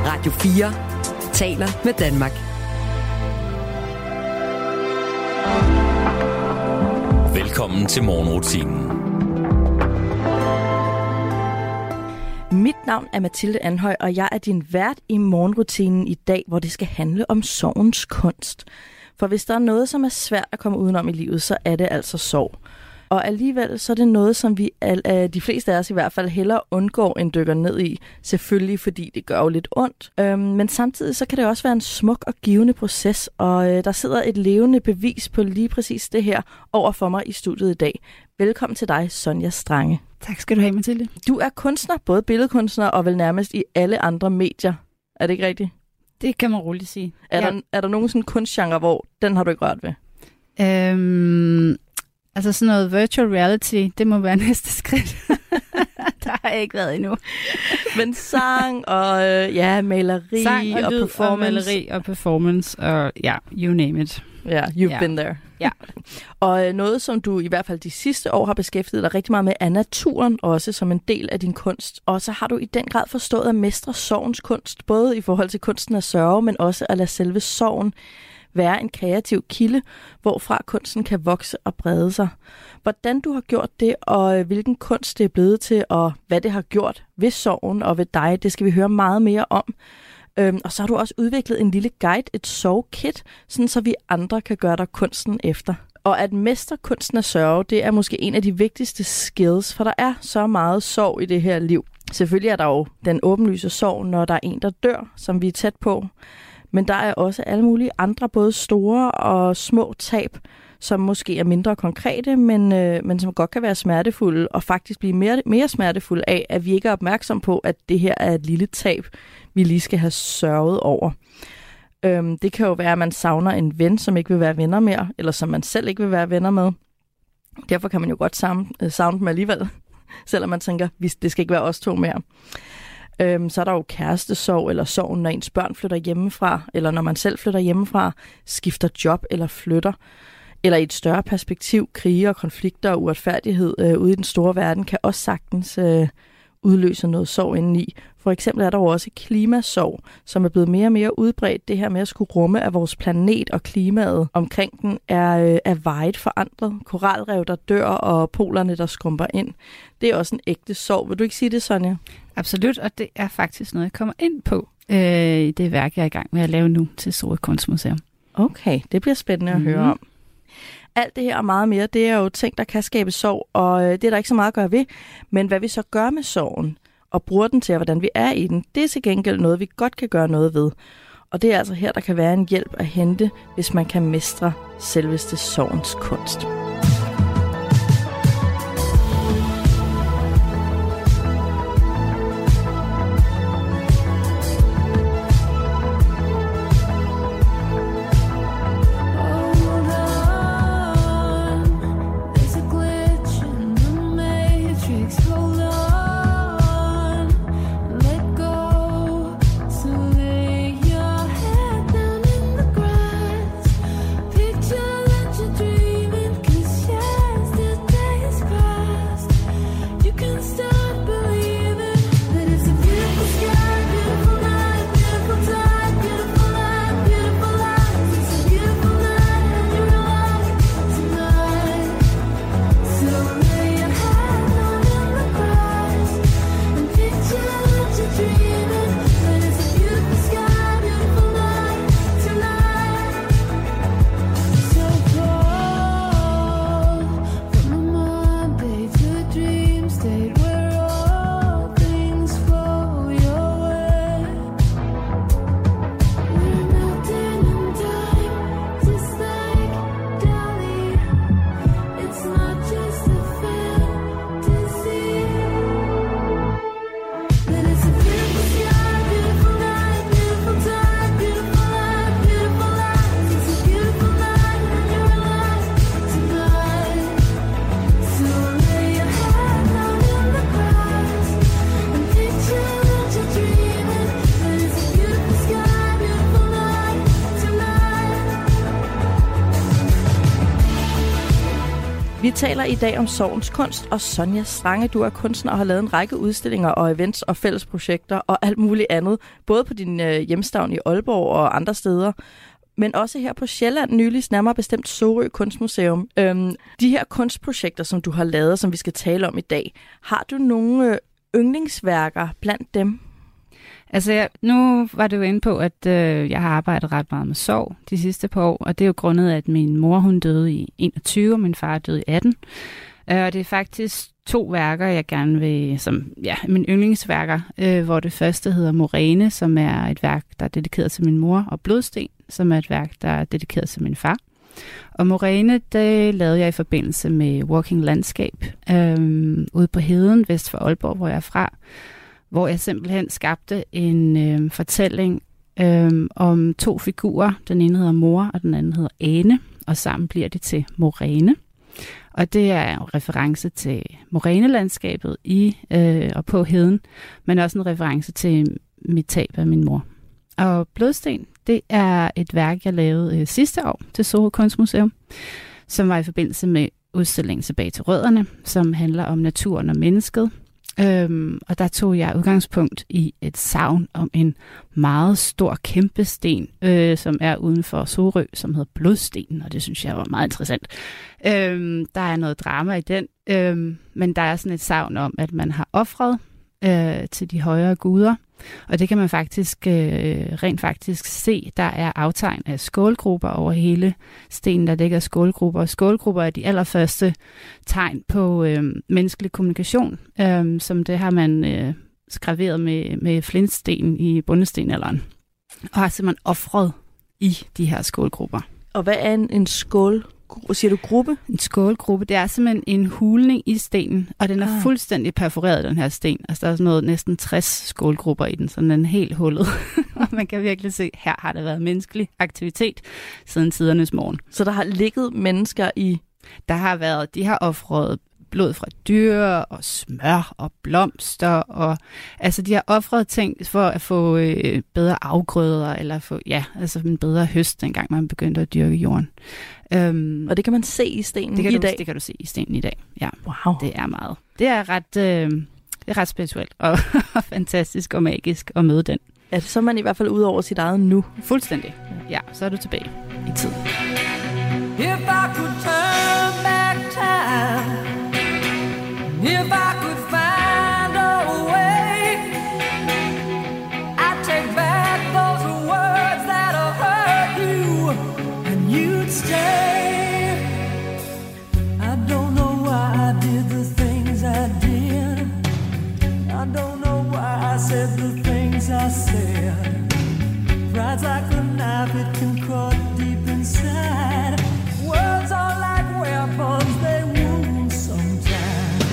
Radio 4 taler med Danmark. Velkommen til morgenrutinen. Mit navn er Mathilde Anhøj, og jeg er din vært i morgenrutinen i dag, hvor det skal handle om sorgens kunst. For hvis der er noget, som er svært at komme udenom i livet, så er det altså sorg. Og alligevel så er det noget, som vi de fleste af os i hvert fald hellere undgår end dykker ned i. Selvfølgelig fordi det gør jo lidt ondt. Men samtidig så kan det også være en smuk og givende proces. Og der sidder et levende bevis på lige præcis det her over for mig i studiet i dag. Velkommen til dig, Sonja Strange. Tak skal du have, Mathilde. Du er kunstner, både billedkunstner og vel nærmest i alle andre medier. Er det ikke rigtigt? Det kan man roligt sige. Er der nogen sådan kunstgenre, hvor den har du ikke rørt ved? Altså sådan noget virtual reality, det må være næste skridt. Der har jeg ikke været endnu. Men sang og maleri sang og lyd performance. Og maleri og performance og you name it. Ja, you've been there. Ja. Og noget, som du i hvert fald de sidste år har beskæftiget dig rigtig meget med, er naturen også som en del af din kunst. Og så har du i den grad forstået at mestre sorgens kunst, både i forhold til kunsten at sørge, men også at lade selve sorgen være en kreativ kilde, hvorfra kunsten kan vokse og brede sig. Hvordan du har gjort det, og hvilken kunst det er blevet til, og hvad det har gjort ved sorgen og ved dig, det skal vi høre meget mere om. Og så har du også udviklet en lille guide, et sorgkit, sådan så vi andre kan gøre dig kunsten efter. Og at mestre kunsten at sørge, det er måske en af de vigtigste skills, for der er så meget sorg i det her liv. Selvfølgelig er der jo den åbenlyse sorg, når der er en, der dør, som vi er tæt på. Men der er også alle mulige andre, både store og små tab, som måske er mindre konkrete, men som godt kan være smertefulde, og faktisk blive mere smertefulde af, at vi ikke er opmærksom på, at det her er et lille tab, vi lige skal have sørget over. Det kan jo være, at man savner en ven, som ikke vil være venner mere, eller som man selv ikke vil være venner med. Derfor kan man jo godt savne dem alligevel, selvom man tænker, det skal ikke være os to mere. Så er der jo kærestesorg eller sorg, når ens børn flytter hjemmefra, eller når man selv flytter hjemmefra, skifter job eller flytter. Eller i et større perspektiv, krige og konflikter og uretfærdighed ude i den store verden kan også sagtens udløse noget sorg indeni. For eksempel er der jo også klimasorg, som er blevet mere og mere udbredt. Det her med at skulle rumme, at vores planet og klimaet omkring den er meget forandret. Koralrev, der dør, og polerne, der skrumper ind. Det er også en ægte sorg. Vil du ikke sige det, Sonja? Absolut, og det er faktisk noget, jeg kommer ind på i det værk, jeg er i gang med at lave nu til Sorø Kunstmuseum. Okay, det bliver spændende at høre om. Alt det her og meget mere, det er jo ting, der kan skabe sorg, og det er der ikke så meget at gøre ved. Men hvad vi så gør med sorgen, og bruger den til, hvordan vi er i den, det er til gengæld noget, vi godt kan gøre noget ved. Og det er altså her, der kan være en hjælp at hente, hvis man kan mestre selveste sorgens kunst. Picture that you're dreaming, 'cause taler i dag om sorgens kunst, og Sonja Strange, du er kunstner og har lavet en række udstillinger og events og fællesprojekter og alt muligt andet, både på din hjemstavn i Aalborg og andre steder, men også her på Sjælland, nyligst nærmere bestemt Sorø Kunstmuseum. De her kunstprojekter, som du har lavet, som vi skal tale om i dag, har du nogle yndlingsværker blandt dem? Altså, nu var det jo inde på, at jeg har arbejdet ret meget med sorg de sidste par år, og det er jo grundet, at min mor hun døde i 21, og min far døde i 18. Og det er faktisk 2 værker, jeg gerne vil, som mine yndlingsværker, hvor det første hedder Moræne, som er et værk, der er dedikeret til min mor, og Blodsten, som er et værk, der er dedikeret til min far. Og Moræne, det lavede jeg i forbindelse med Walking Landskab ude på Heden, vest for Aalborg, hvor jeg er fra, hvor jeg simpelthen skabte en fortælling om 2 figurer. Den ene hedder Mor, og den anden hedder Ane, og sammen bliver det til Moræne. Og det er en reference til morænelandskabet og på Heden, men også en reference til mit tab af min mor. Og Blodsten, det er et værk, jeg lavede sidste år til Sorø Kunstmuseum, som var i forbindelse med udstillingen Tilbage til rødderne, som handler om naturen og mennesket. Og der tog jeg udgangspunkt i et sagn om en meget stor kæmpe sten, som er uden for Sorø, som hedder Blodstenen, og det synes jeg var meget interessant. Der er noget drama i den, men der er sådan et sagn om, at man har ofret til de højere guder, og det kan man faktisk rent faktisk se. Der er aftegn af skålgrupper over hele stenen, der ligger skålgrupper. Og skålgrupper er de allerførste tegn på menneskelig kommunikation, som det har man skraveret med flintsten i bundestenalderen, og har simpelthen ofret i de her skålgrupper. Og hvad er en skål? Siger du gruppe? En skålgruppe, det er simpelthen en hulning i stenen, og den er fuldstændig perforeret, den her sten. Altså der er sådan noget næsten 60 skålgrupper i den, så den er helt hullet. Og man kan virkelig se, her har der været menneskelig aktivitet siden tidernes morgen. Så der har ligget mennesker i? Der har været, de har offret blod fra dyr og smør og blomster, og altså de har offret ting for at få bedre afgrøder, eller få en bedre høst, dengang man begyndte at dyrke jorden. Og det kan man se i stenen i dag? Det kan du se i stenen i dag, ja. Wow. Det er meget. Det er ret spirituelt og fantastisk og magisk at møde den. Ja, så er man i hvert fald ud over sit eget nu. Fuldstændig. Ja, så er du tilbage i tiden. If I could turn back time, if I could find a way, I'd take back those words that have hurt you, and you'd stay. I don't know why I did the things I did. I don't know why I said the things I said. Pride's like a knife, it can cut deep inside. Words are like weapons, they wound sometimes.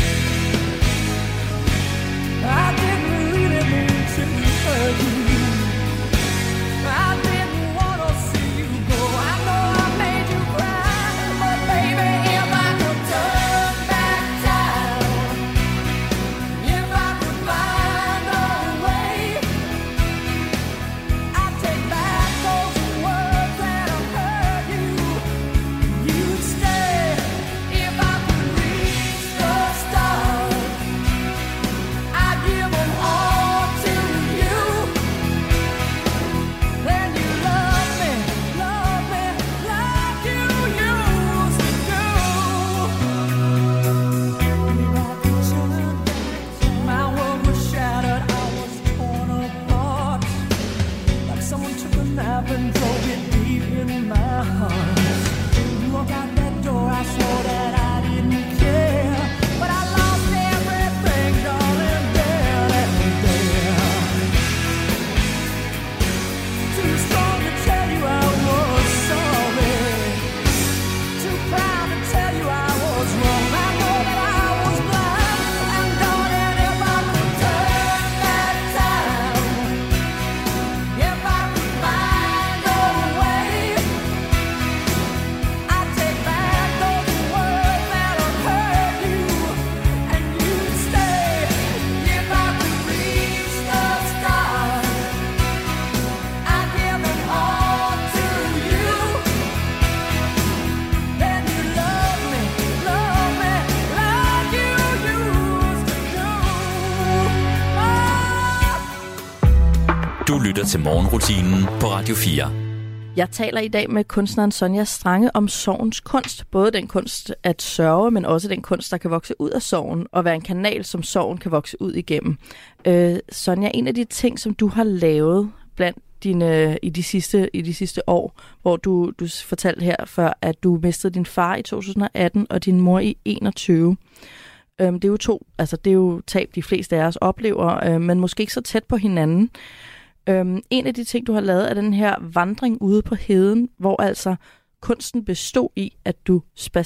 I didn't really mean to hurt you. I didn't want to see you go. I know I made you cry, but baby, if I could turn back time, if I could find a way, I'd take back those words that have hurt you. You'd stay. Du lytter til morgenrutinen på Radio 4. Jeg taler i dag med kunstneren Sonja Strange om sorgens kunst. Både den kunst at sørge, men også den kunst, der kan vokse ud af sorgen og være en kanal, som sorgen kan vokse ud igennem. Sonja, en af de ting, som du har lavet blandt dine, i de sidste år, hvor du fortalte her før, at du mistede din far i 2018 og din mor i 21. Det er jo tab, de fleste af os oplever, men måske ikke så tæt på hinanden. En af de ting, du har lavet, er den her vandring ude på heden, hvor altså kunsten bestod i, at du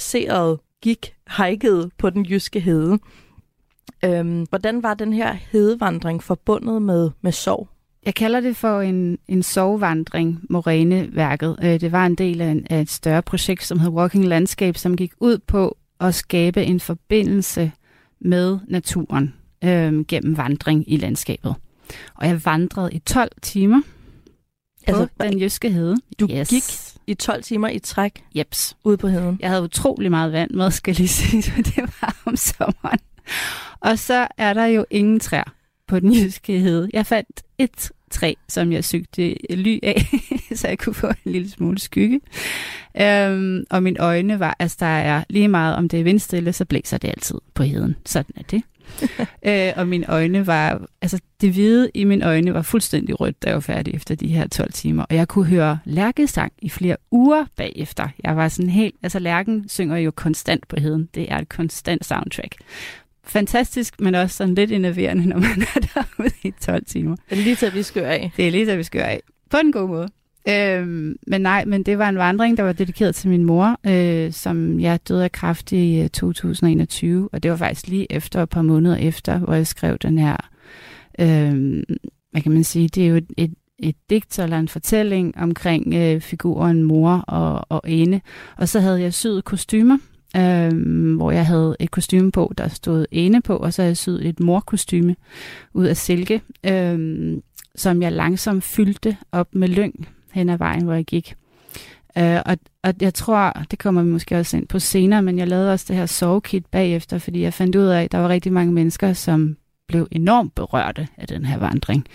hikede på den jyske hede. Hvordan var den her hedevandring forbundet med sorg? Jeg kalder det for en sorgvandring, Moræneværket. Det var en del af et større projekt, som hed Walking Landscape, som gik ud på at skabe en forbindelse med naturen gennem vandring i landskabet. Og jeg vandrede i 12 timer på den jyske hede. Du gik i 12 timer i træk ude på heden? Jeg havde utrolig meget vand med, skal lige sige, for det var om sommeren. Og så er der jo ingen træer på den jyske hede. Jeg fandt et træ, som jeg søgte ly af, så jeg kunne få en lille smule skygge. Og mine øjne var, altså der er lige meget, om det er vindstille, så blæser det altid på heden. Sådan er det. Og mine øjne var, altså det hvide i mine øjne var fuldstændig rødt, da jeg var færdig efter de her 12 timer. Og jeg kunne høre lærkesang i flere uger bagefter. Jeg var sådan helt, altså lærken synger jo konstant på heden. Det er et konstant soundtrack. Fantastisk, men også sådan lidt enerverende, når man er derude i 12 timer. Det er lige til at vi skør af. Det er lige til at vi skør af. På en god måde. Men det var en vandring, der var dedikeret til min mor, som jeg døde af kræft i 2021. Og det var faktisk lige efter, et par måneder efter, hvor jeg skrev den her, hvad kan man sige, det er jo et digt eller en fortælling omkring figuren mor og ene. Og så havde jeg syet kostymer, hvor jeg havde et kostyme på, der stod ene på, og så havde jeg syet et morkostyme ud af silke, som jeg langsomt fyldte op med lyng hen ad vejen, hvor jeg gik. Og jeg tror, det kommer vi måske også ind på senere, men jeg lavede også det her sorgkit bagefter, fordi jeg fandt ud af, at der var rigtig mange mennesker, som blev enormt berørte af den her vandring.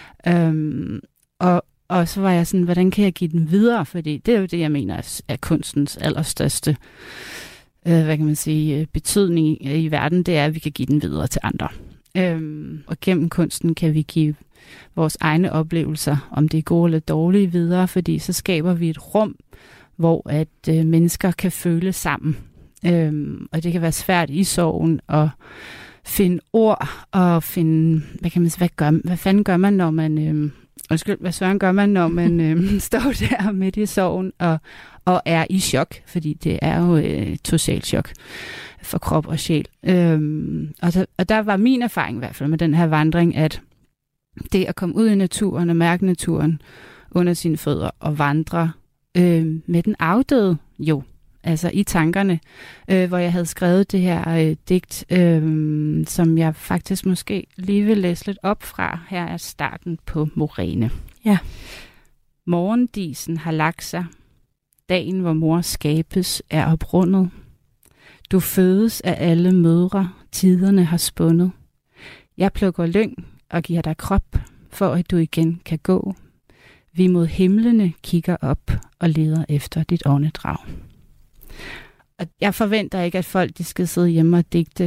Og så var jeg sådan, hvordan kan jeg give den videre? Fordi det er jo det, jeg mener er kunstens allerstørste hvad kan man sige, betydning i verden, det er, at vi kan give den videre til andre. Og gennem kunsten kan vi give vores egne oplevelser, om det er gode eller dårlige, videre, fordi så skaber vi et rum, hvor at mennesker kan føle sammen. Og det kan være svært i sorgen at finde ord og finde, hvad fanden gør man, når man hvad søren gør man, når man står der midt i sorgen og er i chok, fordi det er jo et totalt chok for krop og sjæl. Og der var min erfaring i hvert fald med den her vandring, at det at komme ud i naturen og mærke naturen under sine fødder og vandre med den afdøde jo, altså i tankerne, hvor jeg havde skrevet det her digt, som jeg faktisk måske lige vil læse lidt op fra. Her er starten på Moræne. Ja. Morgendisen har lagt sig. Dagen, hvor mor skabes, er oprundet. Du fødes af alle mødre, tiderne har spundet. Jeg plukker lyng og giver dig krop, for at du igen kan gå. Vi mod himlene kigger op og leder efter dit åndedrag. Og jeg forventer ikke, at folk de skal sidde hjemme og digte,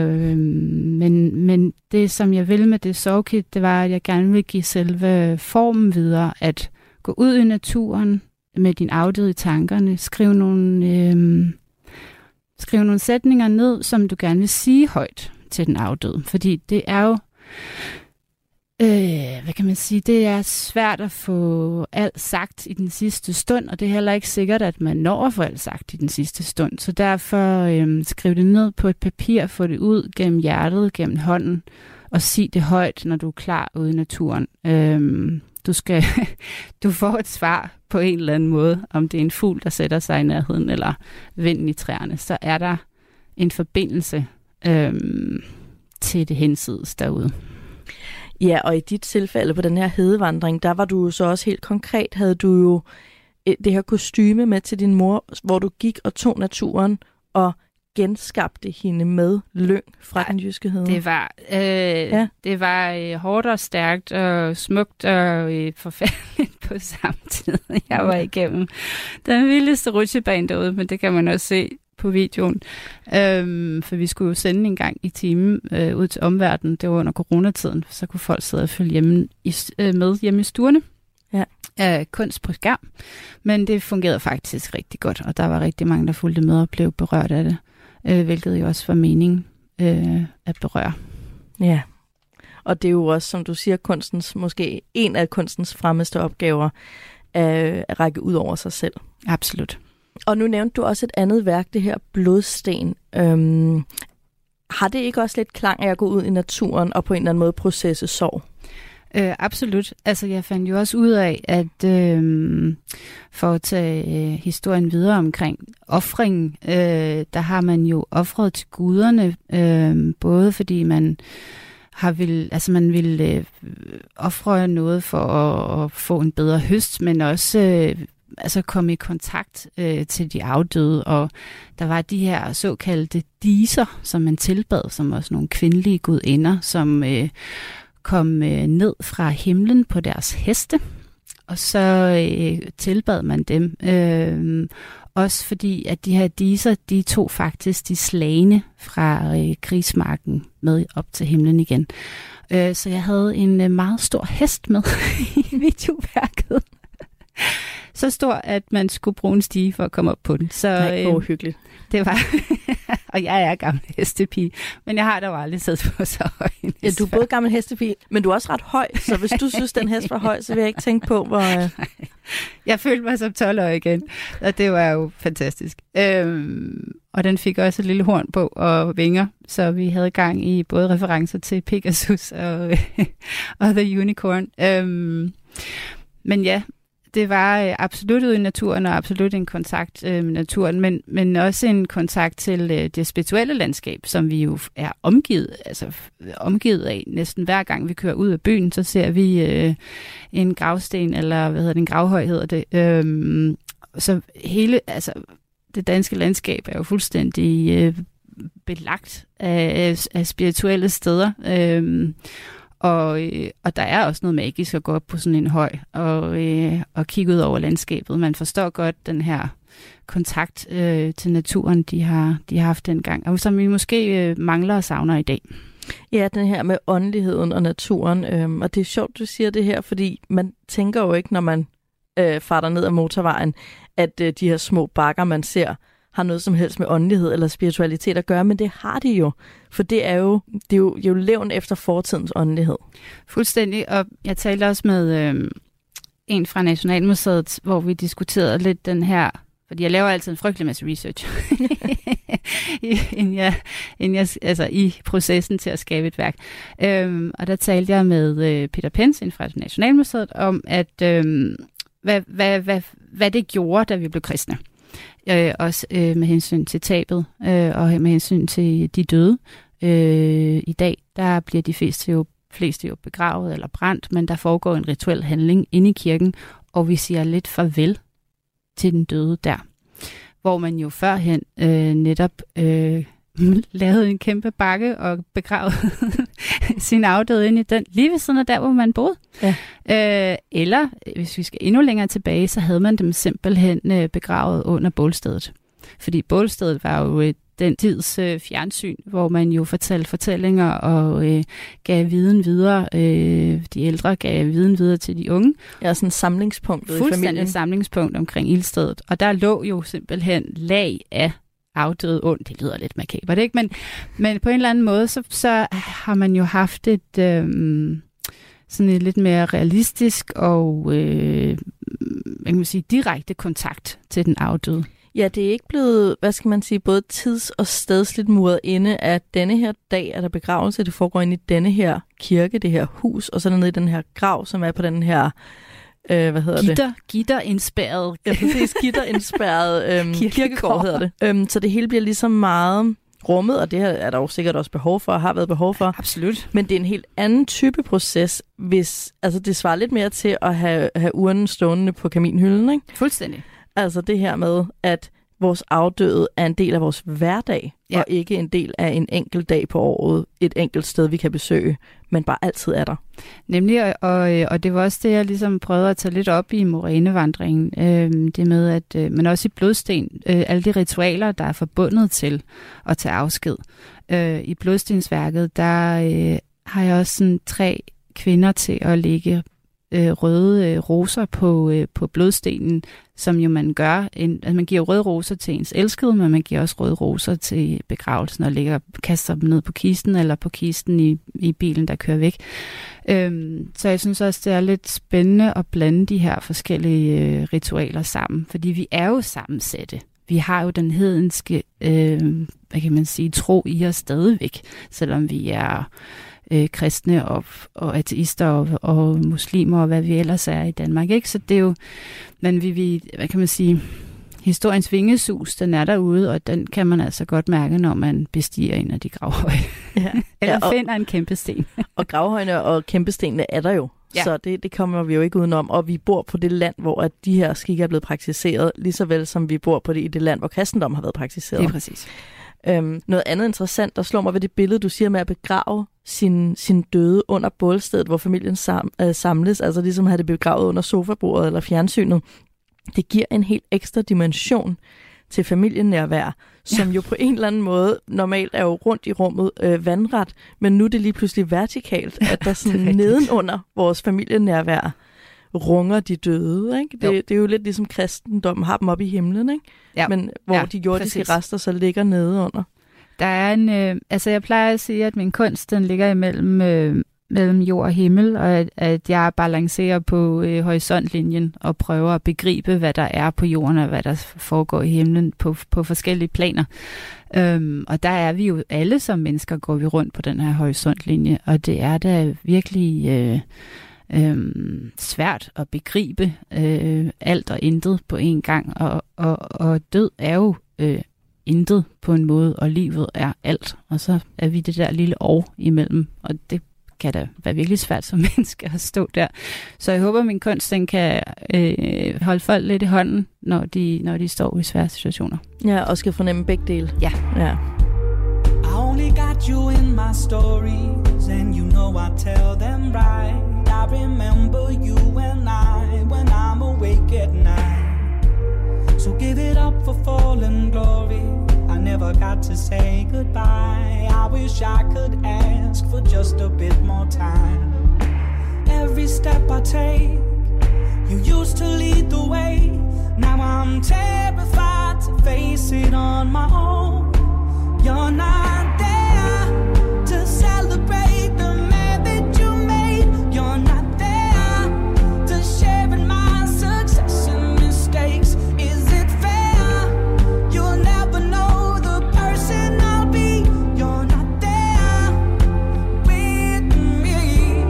men det, som jeg vil med det sorgkit, det var, at jeg gerne vil give selve formen videre, at gå ud i naturen med din afdøde i tankerne, skrive nogle sætninger ned, som du gerne vil sige højt til den afdøde, fordi det er jo hvad kan man sige, det er svært at få alt sagt i den sidste stund, og det er heller ikke sikkert, at man når at få alt sagt i den sidste stund. Så derfor skriv det ned på et papir, få det ud gennem hjertet, gennem hånden, og sig det højt, når du er klar ude i naturen. Du får et svar på en eller anden måde, om det er en fugl, der sætter sig i nærheden, eller vinden i træerne, så er der en forbindelse til det hinsides derude. Ja, og i dit tilfælde på den her hedevandring, der var du så også helt konkret, havde du jo det her kostyme med til din mor, hvor du gik og tog naturen og genskabte hende med lyng fra den jyske hede. Det var hårdt og stærkt og smukt og forfærdeligt på samme tid. Jeg var igennem den vildeste rutsjebane derude, men det kan man også se på videoen. For vi skulle jo sende en gang i timen ud til omverdenen. Det var under coronatiden, så kunne folk sidde og følge med hjemme i stuerne. Ja. Kunst på skærm. Men det fungerede faktisk rigtig godt, og der var rigtig mange, der fulgte med og blev berørt af det. Hvilket jo også var meningen at berøre. Ja, og det er jo også, som du siger, måske en af kunstens fremmeste opgaver at række ud over sig selv. Absolut. Og nu nævnte du også et andet værk, det her Blodsten. Har det ikke også lidt klang af at gå ud i naturen og på en eller anden måde processe sorg? Absolut. Altså, jeg fandt jo også ud af, at for at tage historien videre omkring ofringen, der har man jo ofret til guderne, både fordi man vil ofre noget for at få en bedre høst, men også komme i kontakt til de afdøde, og der var de her såkaldte diser, som man tilbad, som også nogle kvindelige gudinder, som kom ned fra himlen på deres heste, og så tilbad man dem. Også fordi, at de her diser, de tog faktisk de slagne fra krigsmarken med op til himlen igen. Så jeg havde en meget stor hest med i videoværket. Så stor, at man skulle bruge en stige for at komme op på den. Så det var hyggeligt. Det var, og jeg er gammel hestepige, men jeg har da jo aldrig siddet på så høj. Ja, du er både gammel hestepige, men du er også ret høj, så hvis du synes, den hest var høj, så vil jeg ikke tænke på, hvor... Jeg følte mig som 12-årig igen, og det var jo fantastisk. Og den fik også et lille horn på og vinger, så vi havde gang i både referencer til Pegasus og The Unicorn. Men ja, det var absolut ude i naturen, og absolut en kontakt med naturen, men også en kontakt til det spirituelle landskab, som vi jo er omgivet af. Næsten hver gang vi kører ud af byen, så ser vi en gravsten, eller en gravhøj hedder det. Så det danske landskab er jo fuldstændig belagt af spirituelle steder. Og der er også noget magisk at gå op på sådan en høj og kigge ud over landskabet. Man forstår godt den her kontakt til naturen, de har haft dengang, og som vi måske mangler og savner i dag. Ja, den her med åndeligheden og naturen. Og det er sjovt, du siger det her, fordi man tænker jo ikke, når man farter ned ad motorvejen, at de her små bakker, man ser, har noget som helst med åndelighed eller spiritualitet at gøre, men det har de jo. For det er jo levn efter fortidens åndelighed. Fuldstændig, og jeg talte også med en fra Nationalmuseet, hvor vi diskuterede lidt den her, fordi jeg laver altid en frygtelig masse research i processen til at skabe et værk. Og der talte jeg med Peter Pensin fra Nationalmuseet om, at hvad det gjorde, da vi blev kristne. Også med hensyn til tabet og med hensyn til de døde. I dag, der bliver de fleste jo begravet eller brændt, men der foregår en rituel handling inde i kirken, og vi siger lidt farvel til den døde der. Hvor man jo førhen netop lavede en kæmpe bakke og begravede sin afdøde ind i den, lige ved siden af der, hvor man boede. Ja. Eller, hvis vi skal endnu længere tilbage, så havde man dem simpelthen begravet under bålstedet. Fordi bålstedet var jo den tids fjernsyn, hvor man jo fortalte fortællinger og gav viden videre. De ældre gav viden videre til de unge. Ja, sådan et samlingspunkt i familien. Fuldstændig et samlingspunkt omkring ildstedet. Og der lå jo simpelthen lag af afdøde ond. Det lyder lidt makabert, ikke? Men på en eller anden måde, så har man jo haft et sådan et lidt mere realistisk og man kan sige, direkte kontakt til den afdøde. Ja, det er ikke blevet, både tids- og stedsligt muret inde, at denne her dag er der begravelse, det foregår inde i denne her kirke, det her hus, og så nede i den her grav, som er på den her, Gitterindspærret. Ja, præcis, gitterindspærret kirkegård hedder det. Så det hele bliver ligesom meget rummet, og det her er der jo sikkert også behov for, og har været behov for. Absolut. Men det er en helt anden type proces, hvis, det svarer lidt mere til at have urnen stående på kaminhylden, ikke? Fuldstændig. Altså det her med, at vores afdøde er en del af vores hverdag, og ikke en del af en enkelt dag på året, et enkelt sted, vi kan besøge, men bare altid er der. Nemlig, og det var også det, jeg ligesom prøvede at tage lidt op i morænevandringen. Det med, at men også i blodsten, alle de ritualer, der er forbundet til at tage afsked. I blodstensværket, der har jeg også sådan 3 kvinder til at lægge røde roser på blodstenen, som jo man gør. Altså man giver røde roser til ens elskede, men man giver også røde roser til begravelsen og kaster dem ned på kisten eller på kisten i bilen, der kører væk. Så jeg synes også, det er lidt spændende at blande de her forskellige ritualer sammen, fordi vi er jo sammensatte. Vi har jo den hedenske, hvad kan man sige, tro i os stadigvæk, selvom vi er kristne og ateister og muslimer og hvad vi ellers er i Danmark, ikke? Så det er jo, men vi hvad kan man sige, historiens vingesus, den er derude, og den kan man altså godt mærke, når man bestiger en af de gravhøje. Ja. Eller finder en kæmpe sten. Og gravhøjene og kæmpestenene er der jo. Ja. Så det kommer vi jo ikke udenom. Og vi bor på det land, hvor at de her skikke er blevet praktiseret, lige så vel som vi bor på det i det land, hvor kristendom har været praktiseret. Det er præcis. Noget andet interessant, der slår mig ved det billede, du siger med at begrave sin døde under bålstedet, hvor familien samles, altså ligesom at have det begravet under sofabordet eller fjernsynet. Det giver en helt ekstra dimension til familienærvær, som jo på en eller anden måde normalt er jo rundt i rummet vandret, men nu er det lige pludselig vertikalt, at der sådan nedenunder vores familienærvær runger de døde. Ikke? Det er jo lidt ligesom kristendommen har dem op i himlen, ikke? Ja. Men hvor de jordiske rester så ligger nedenunder. Der er jeg plejer at sige, at min kunst, den ligger mellem jord og himmel, og at jeg balancerer på horisontlinjen og prøver at begribe, hvad der er på jorden, og hvad der foregår i himlen på forskellige planer. Og der er vi jo alle som mennesker, går vi rundt på den her horisontlinje, og det er da virkelig svært at begribe alt og intet på en gang, og død er jo intet på en måde, og livet er alt, og så er vi det der lille år imellem, og det kan da være virkelig svært som menneske at stå der. Så jeg håber, at min kunst den kan holde folk lidt i hånden, når de står i svære situationer. Ja, og skal fornemme begge dele. Ja. I only got you in my stories, and you know I tell them right. I remember you and I when I'm awake at night. So give it up for fallen glory. I never got to say goodbye. I wish I could ask for just a bit more time. Every step I take, you used to lead the way. Now I'm terrified to face it on my own. You're not there to celebrate the man that you made. You're not there to share in my success and mistakes. Is it fair? You'll never know the person I'll be. You're not there with me.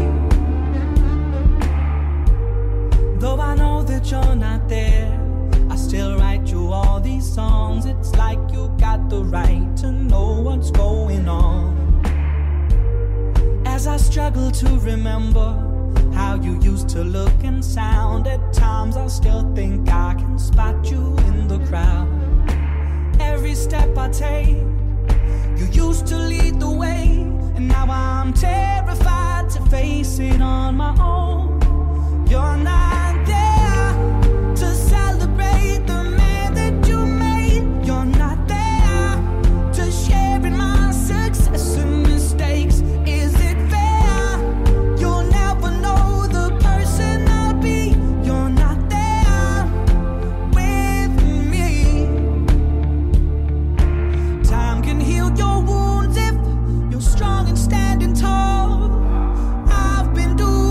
Though I know that you're not there, I still write you all these songs. It's like you got the right to know what's going on. As I struggle to remember how you used to look and sound, at times I still think I can spot you in the crowd. Every step I take, you used to lead the way, and now I'm terrified to face it on my own. You're not there to celebrate the man that you made. You're not there to share in my success and mistakes. Is it fair? You'll never know the person I'll be. You're not there with me. Time can heal your wounds if you're strong and standing tall. I've been doing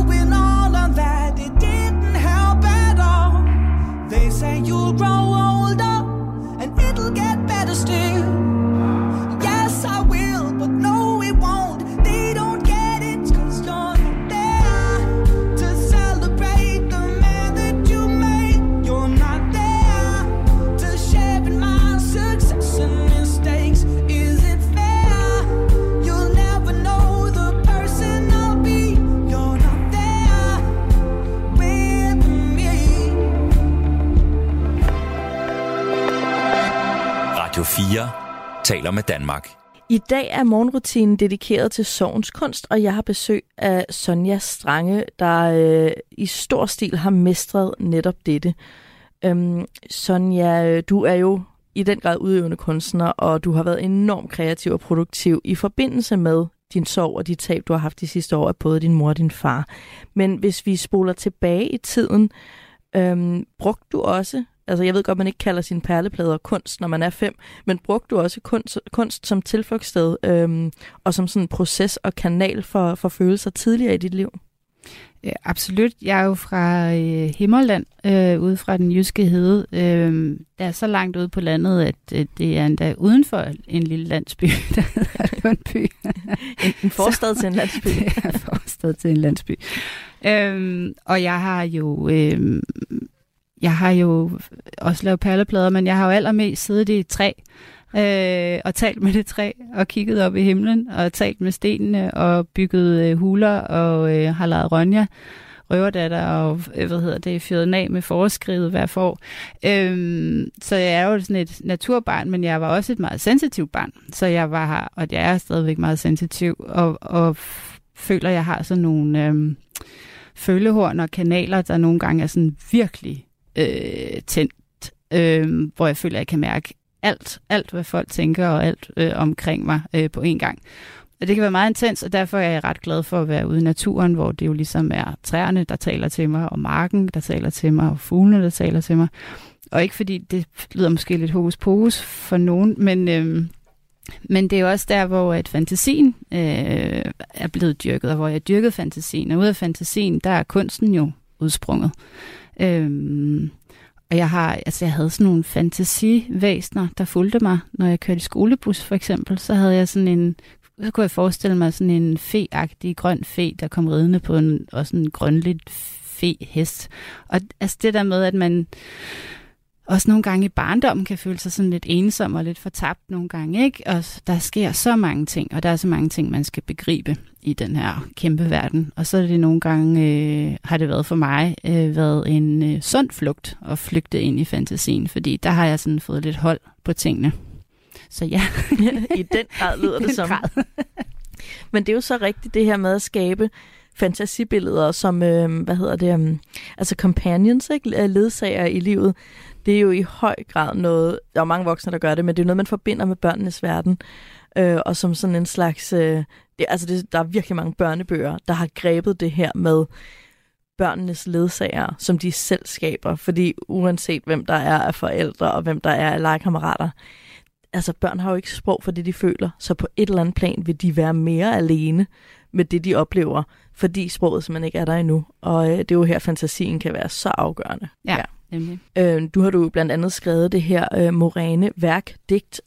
4 taler med Danmark. I dag er morgenrutinen dedikeret til sovens kunst, og jeg har besøg af Sonja Strange, der i stor stil har mestret netop dette. Sonja, du er jo i den grad udøvende kunstner, og du har været enormt kreativ og produktiv i forbindelse med din sorg og de tab, du har haft de sidste år af både din mor og din far. Men hvis vi spoler tilbage i tiden, brugte du også, altså jeg ved godt, man ikke kalder sine perleplader kunst, når man er 5, men brugte du også kunst som tilflugtssted og som sådan en proces og kanal for følelser tidligere i dit liv? Ja, absolut. Jeg er jo fra Himmerland, ude fra den jyske hede. Der er så langt ude på landet, at det er endda uden for en lille landsby, der hedder Lundby. En forstad til en landsby. Ja, forstad til en landsby. Og jeg har jo også lavet perleplader, men jeg har jo allermest siddet i et træ og talt med det træ og kigget op i himlen og talt med stenene og bygget huler og har lavet Ronja, røverdatter og fyret af med forårsskridet hver forår. Så jeg er jo sådan et naturbarn, men jeg var også et meget sensitivt barn. Så jeg var, og jeg er stadigvæk meget sensitiv og føler, jeg har sådan nogle følehorn og kanaler, der nogle gange er sådan virkelig tændt, hvor jeg føler, at jeg kan mærke alt hvad folk tænker og alt omkring mig på én gang. Og det kan være meget intens, og derfor er jeg ret glad for at være ude i naturen, hvor det jo ligesom er træerne, der taler til mig, og marken, der taler til mig, og fuglene, der taler til mig. Og ikke fordi det lyder måske lidt hokus pokus for nogen, men det er jo også der, hvor at fantasien er blevet dyrket, og hvor jeg dyrkede fantasien. Og ud af fantasien, der er kunsten jo udsprunget. Og jeg havde sådan nogle fantasivæsner, der fulgte mig, når jeg kørte i skolebus for eksempel. Så havde jeg så kunne jeg forestille mig sådan en fe-agtig grøn fe, der kom ridende på en grønligt fe-hest. Og altså det der med, at man også nogle gange i barndommen kan føle sig sådan lidt ensom og lidt fortabt nogle gange, ikke? Og der sker så mange ting, og der er så mange ting, man skal begribe i den her kæmpe verden. Og så er det nogle gange, har det været for mig, været en sund flugt at flygte ind i fantasien, fordi der har jeg sådan fået lidt hold på tingene. Så ja. I den grad lyder det som. Men det er jo så rigtigt det her med at skabe fantasibilleder som, altså companions, ikke? Ledsager i livet. Det er jo i høj grad noget, der er mange voksne, der gør det, men det er noget, man forbinder med børnenes verden. Og som sådan en slags, der er virkelig mange børnebøger, der har grebet det her med børnenes ledsager, som de selv skaber. Fordi uanset hvem der er af forældre, og hvem der er af legekammerater, altså børn har jo ikke sprog for det, de føler, så på et eller andet plan vil de være mere alene med det, de oplever, fordi sproget simpelthen ikke er der endnu. Og det er jo her, fantasien kan være så afgørende. Ja. Nemlig. Du har jo blandt andet skrevet det her Moræne værk-digt.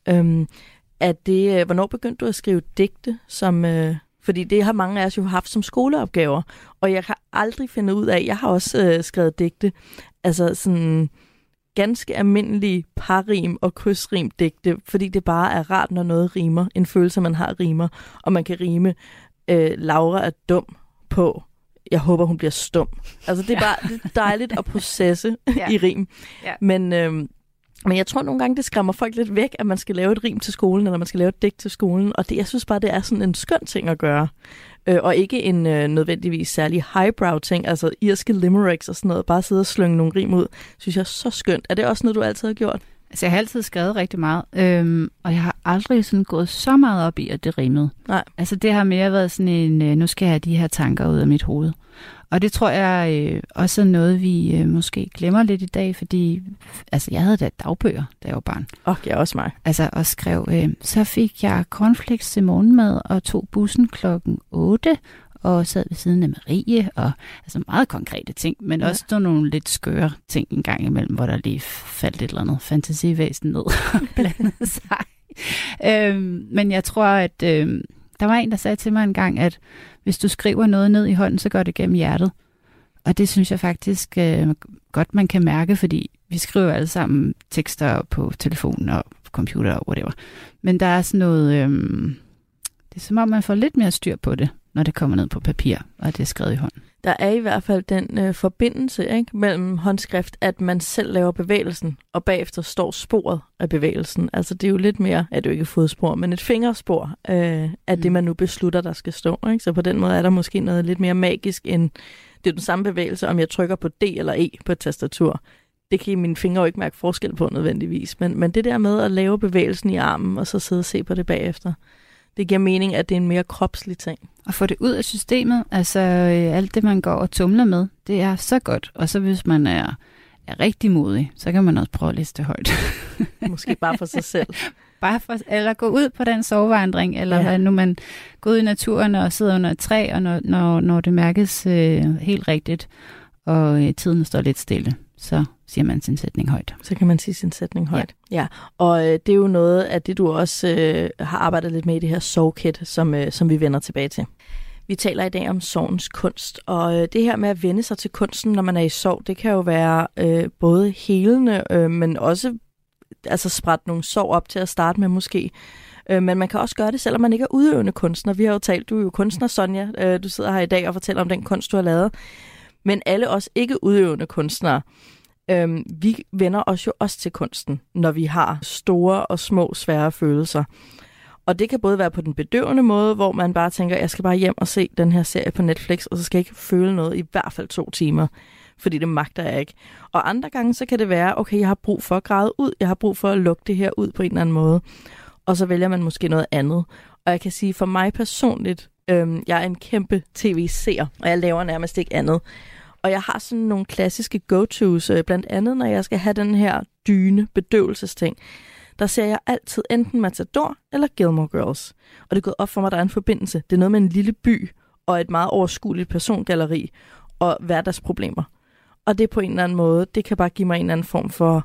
Hvornår begyndte du at skrive digte? Fordi det har mange af os jo haft som skoleopgaver, og jeg kan aldrig finde ud af, jeg har også skrevet digte, altså sådan ganske almindelige parrim og krydsrim digte, fordi det bare er rart, når noget rimer, en følelse, man har rimer, og man kan rime, Laura er dum på, jeg håber, hun bliver stum. Altså, det er bare det er dejligt at processe i rim. Ja. Men jeg tror nogle gange, det skræmmer folk lidt væk, at man skal lave et rim til skolen, eller man skal lave et digt til skolen. Og jeg synes bare, det er sådan en skøn ting at gøre. Og ikke en nødvendigvis særlig highbrow ting, altså irske limericks og sådan noget. Bare sidde og slynge nogle rim ud, synes jeg er så skønt. Er det også noget, du altid har gjort? Altså, jeg har altid skrevet rigtig meget, og jeg har aldrig sådan gået så meget op i, at det rimede. Nej. Altså, det har mere været sådan en, nu skal jeg have de her tanker ud af mit hoved. Og det tror jeg også er noget, vi måske glemmer lidt i dag, fordi altså, jeg havde da dagbøger, da jeg var barn. Ja, også mig. Altså, og skrev, så fik jeg cornflakes til morgenmad og tog bussen 8:00, og sad ved siden af Marie, og altså meget konkrete ting, men også nogle lidt skøre ting en gang imellem, hvor der lige faldt et eller andet fantasivæsen ned og blandede sig. Men jeg tror, at der var en, der sagde til mig en gang, at hvis du skriver noget ned i hånden, så går det gennem hjertet. Og det synes jeg faktisk godt, man kan mærke, fordi vi skriver alle sammen tekster på telefonen og computer og whatever. Men der er sådan noget, det er som om, man får lidt mere styr på det, når det kommer ned på papir, og det er skrevet i hånd. Der er i hvert fald den forbindelse, ikke, mellem håndskrift, at man selv laver bevægelsen, og bagefter står sporet af bevægelsen. Altså det er jo lidt mere, at det jo ikke fodspor, men et fingerspor af det, man nu beslutter, der skal stå. Ikke? Så på den måde er der måske noget lidt mere magisk end det er den samme bevægelse, om jeg trykker på D eller E på et tastatur. Det kan mine fingre jo ikke mærke forskel på nødvendigvis. Men det der med at lave bevægelsen i armen, og så sidde og se på det bagefter, det giver mening, at det er en mere kropslig ting. Og få det ud af systemet, altså alt det, man går og tumler med, det er så godt. Og så hvis man er rigtig modig, så kan man også prøve at læse det højt. Måske bare for sig selv. Eller gå ud på den sovevandring, eller hvad nu man går ud i naturen og sidder under et træ, og når det mærkes helt rigtigt, og tiden står lidt stille, så siger man sin sætning højt. Så kan man sige sin sætning højt. Ja. Og det er jo noget af det, du også har arbejdet lidt med i det her sovkit, som vi vender tilbage til. Vi taler i dag om sovens kunst, og det her med at vende sig til kunsten, når man er i sov, det kan jo være både helende, men også altså sprætte nogle sov op til at starte med måske. Men man kan også gøre det, selvom man ikke er udøvende kunstner. Vi har jo talt, du er jo kunstner, Sonja. Du sidder her i dag og fortæller om den kunst, du har lavet. Men alle os ikke udøvende kunstnere, vi vender os jo også til kunsten, når vi har store og små, svære følelser. Og det kan både være på den bedøvende måde, hvor man bare tænker, jeg skal bare hjem og se den her serie på Netflix, og så skal jeg ikke føle noget i hvert fald 2 timer, fordi det magter jeg ikke. Og andre gange, så kan det være, okay, jeg har brug for at græde ud, jeg har brug for at lukke det her ud på en eller anden måde. Og så vælger man måske noget andet. Og jeg kan sige, for mig personligt, jeg er en kæmpe tv-seer, og jeg laver nærmest ikke andet. Og jeg har sådan nogle klassiske go-tos, blandt andet, når jeg skal have den her dyne bedøvelsesting. Der ser jeg altid enten Matador eller Gilmore Girls. Og det er gået op for mig, at der er en forbindelse. Det er noget med en lille by og et meget overskueligt persongalleri og hverdagsproblemer. Og det på en eller anden måde, det kan bare give mig en eller anden form for,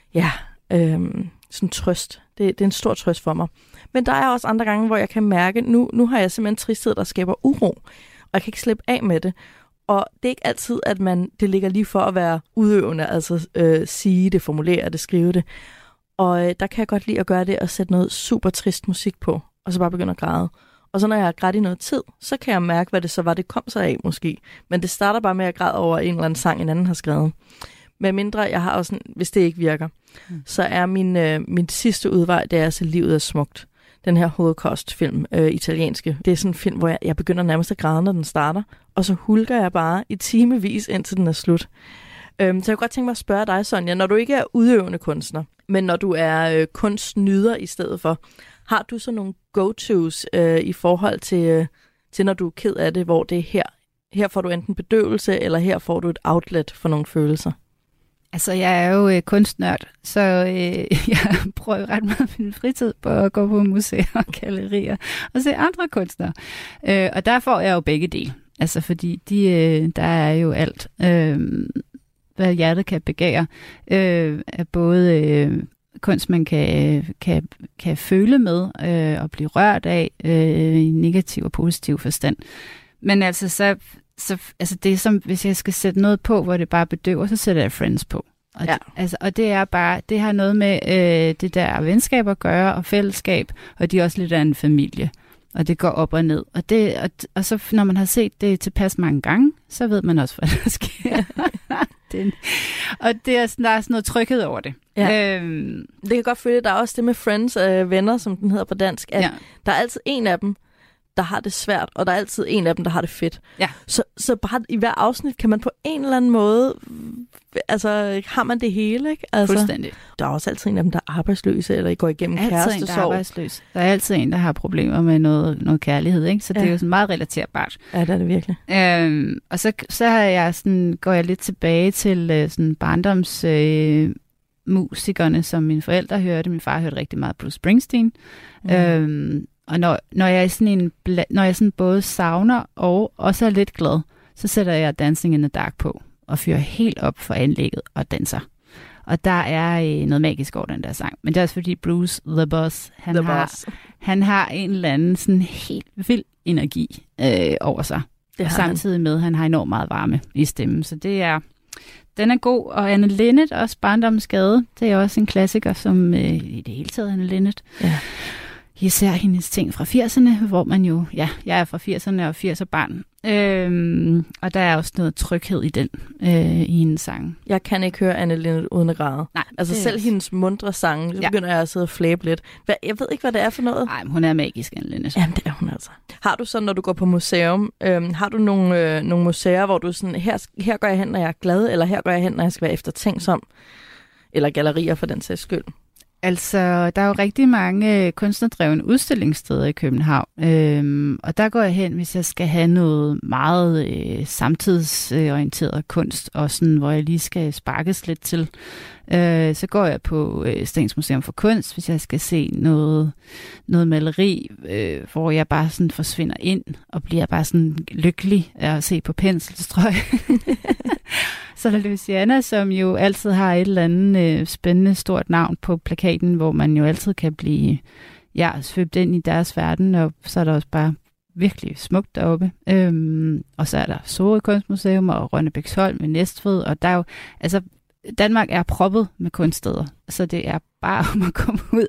sådan trøst. Det er en stor trøst for mig. Men der er også andre gange, hvor jeg kan mærke, nu har jeg simpelthen tristhed, der skaber uro. Og jeg kan ikke slippe af med det. Og det er ikke altid, at det ligger lige for at være udøvende, altså sige det, formulere det, skrive det. Og der kan jeg godt lide at gøre det og sætte noget super trist musik på, og så bare begynde at græde. Og så når jeg har grædt i noget tid, så kan jeg mærke, hvad det så var, det kom sig af måske. Men det starter bare med at græde over en eller anden sang, en anden har skrevet. Med mindre jeg har også, hvis det ikke virker, så er min sidste udvej, det er altså Livet er smukt. Den her Holocaust-film, italienske. Det er sådan en film, hvor jeg begynder nærmest at græde, når den starter. Og så hulker jeg bare i timevis, indtil den er slut. Så jeg kunne godt tænke mig at spørge dig, Sonja, når du ikke er udøvende kunstner, men når du er kunstnyder i stedet for, har du så nogle go-tos i forhold til, når du er ked af det, hvor det er her får du enten bedøvelse, eller her får du et outlet for nogle følelser? Altså, jeg er jo kunstnørd, så jeg bruger ret meget af min fritid på at gå på museer og gallerier og se andre kunstnere. Og der får jeg jo begge dele. Altså, fordi der er jo alt, hvad hjertet kan begære, af både kunst, man kan føle med og blive rørt af i negativ og positiv forstand. Men altså, så det er som, hvis jeg skal sætte noget på, hvor det bare bedøver, så sætter jeg Friends på. Og, og det er bare, det har noget med det der venskab at gøre, og fællesskab, og de er også lidt af en familie. Og det går op og ned. Og så når man har set det tilpas mange gange, så ved man også, hvad der sker. Og der er sådan noget tryghed over det. Ja. Det kan godt føle, der er også det med Friends, venner, som den hedder på dansk, at der er altid en af dem, der har det svært, og der er altid en af dem, der har det fedt. Ja. Så bare i hver afsnit kan man på en eller anden måde, altså har man det hele, ikke? Altså, fuldstændig. Der er også altid en af dem, der er arbejdsløse, eller går igennem kærestesorg. Der er altid en, der har problemer med noget kærlighed, ikke? Så det er jo sådan meget relaterbart. Ja, det er det virkelig. Og så har jeg sådan, går jeg lidt tilbage til sådan barndoms musikerne, som mine forældre hørte. Min far hørte rigtig meget Bruce Springsteen. Og når jeg sådan både savner og også er lidt glad, så sætter jeg Dancing in the Dark på og fyrer helt op for anlægget og danser. Og der er noget magisk over den der sang. Men det er også fordi Bruce, The Boss, han har en eller anden sådan helt vild energi over sig. Og samtidig med, at han har enormt meget varme i stemmen. Så den er god. Og Anne Linnet, også Barndommens Gade, det er også en klassiker, som i det hele taget Anne Linnet. Ja. især hendes ting fra 80'erne, hvor man jo, jeg er fra 80'erne og 80'er barn. Og der er også noget tryghed i den, i hendes sange. Jeg kan ikke høre Anne Linnet uden at græde. Nej, altså selv hendes mundre sange, så begynder jeg at sidde og flæbe lidt. Jeg ved ikke, hvad det er for noget. Nej, hun er magisk, Anne Linnet. Jamen, det er hun altså. Har du så, når du går på museum, har du nogle museer, hvor du sådan, her går jeg hen, når jeg er glad, eller her går jeg hen, når jeg skal være eftertænksom? Eller gallerier for den sags skyld? Altså, der er jo rigtig mange kunstnerdrevne udstillingssteder i København, og der går jeg hen, hvis jeg skal have noget meget samtidsorienteret kunst, og sådan, hvor jeg lige skal sparkes lidt til. Så går jeg på Statens Museum for Kunst, hvis jeg skal se noget maleri, hvor jeg bare sådan forsvinder ind, og bliver bare sådan lykkelig af at se på penselstrøg. Så er der Louisiana, som jo altid har et eller andet spændende stort navn på plakaten, hvor man jo altid kan blive svøbt ind i deres verden, og så er der også bare virkelig smukt deroppe. Og så er der Sorø Kunstmuseum og Rønnebæksholm i Næstved, og der er jo, altså Danmark er proppet med kunststeder, så det er bare om at komme ud.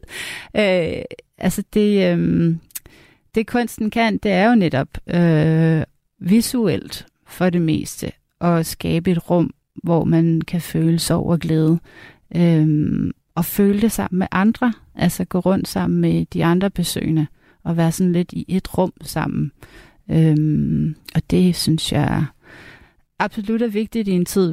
Det kunsten kan, det er jo netop visuelt for det meste, at skabe et rum, hvor man kan føle sorg og glæde, og føle det sammen med andre, altså gå rundt sammen med de andre besøgende, og være sådan lidt i et rum sammen. Og det synes jeg absolut er vigtigt i en tid,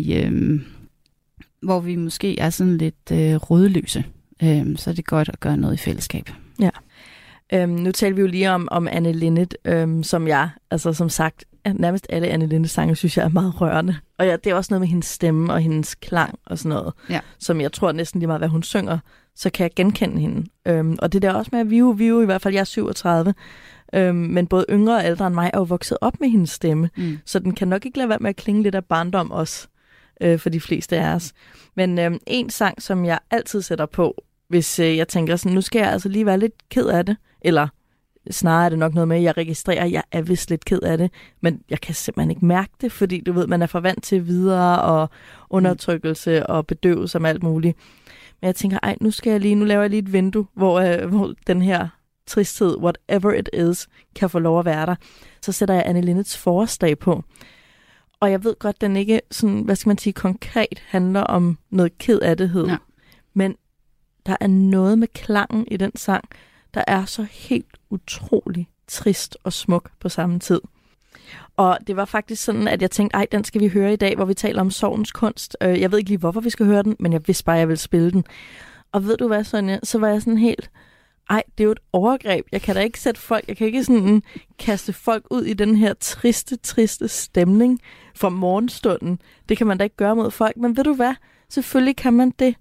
hvor vi måske er sådan lidt rådløse. Så er det godt at gøre noget i fællesskab. Ja. Nu taler vi jo lige om Anne Linnet, som jeg, altså som sagt, nærmest alle Anne Linnets sange, synes jeg er meget rørende. Og det er også noget med hendes stemme og hendes klang og sådan noget, som jeg tror næsten lige meget, hvad hun synger, så kan jeg genkende hende. Og det der også med at vive, i hvert fald jeg er 37, men både yngre og ældre end mig er jo vokset op med hendes stemme, så den kan nok ikke lade være med at klinge lidt af barndom også, for de fleste af os. Men en sang, som jeg altid sætter på, hvis jeg tænker sådan, nu skal jeg altså lige være lidt ked af det, eller snarere er det nok noget med, at jeg registrerer, at jeg er vist lidt ked af det, men jeg kan simpelthen ikke mærke det, fordi du ved, man er for vant til videre og undertrykkelse og bedøvelse og alt muligt. Men jeg tænker, nu laver jeg lige et vindue, hvor den her tristhed, whatever it is, kan få lov at være der. Så sætter jeg Anne Linnets Forårsdag på. Og jeg ved godt, den ikke sådan, hvad skal man sige, konkret handler om noget kedattighed. Ja. Men der er noget med klangen i den sang, der er så helt utrolig trist og smuk på samme tid. Og det var faktisk sådan, at jeg tænkte, den skal vi høre i dag, hvor vi taler om sorgens kunst. Jeg ved ikke lige, hvorfor vi skal høre den, men jeg vidste bare, at jeg ville spille den. Og ved du hvad, Sonja? Så var jeg sådan helt, det er jo et overgreb. Jeg kan da ikke jeg kan ikke sådan kaste folk ud i den her triste stemning fra morgenstunden. Det kan man da ikke gøre mod folk. Men ved du hvad? Selvfølgelig kan man det.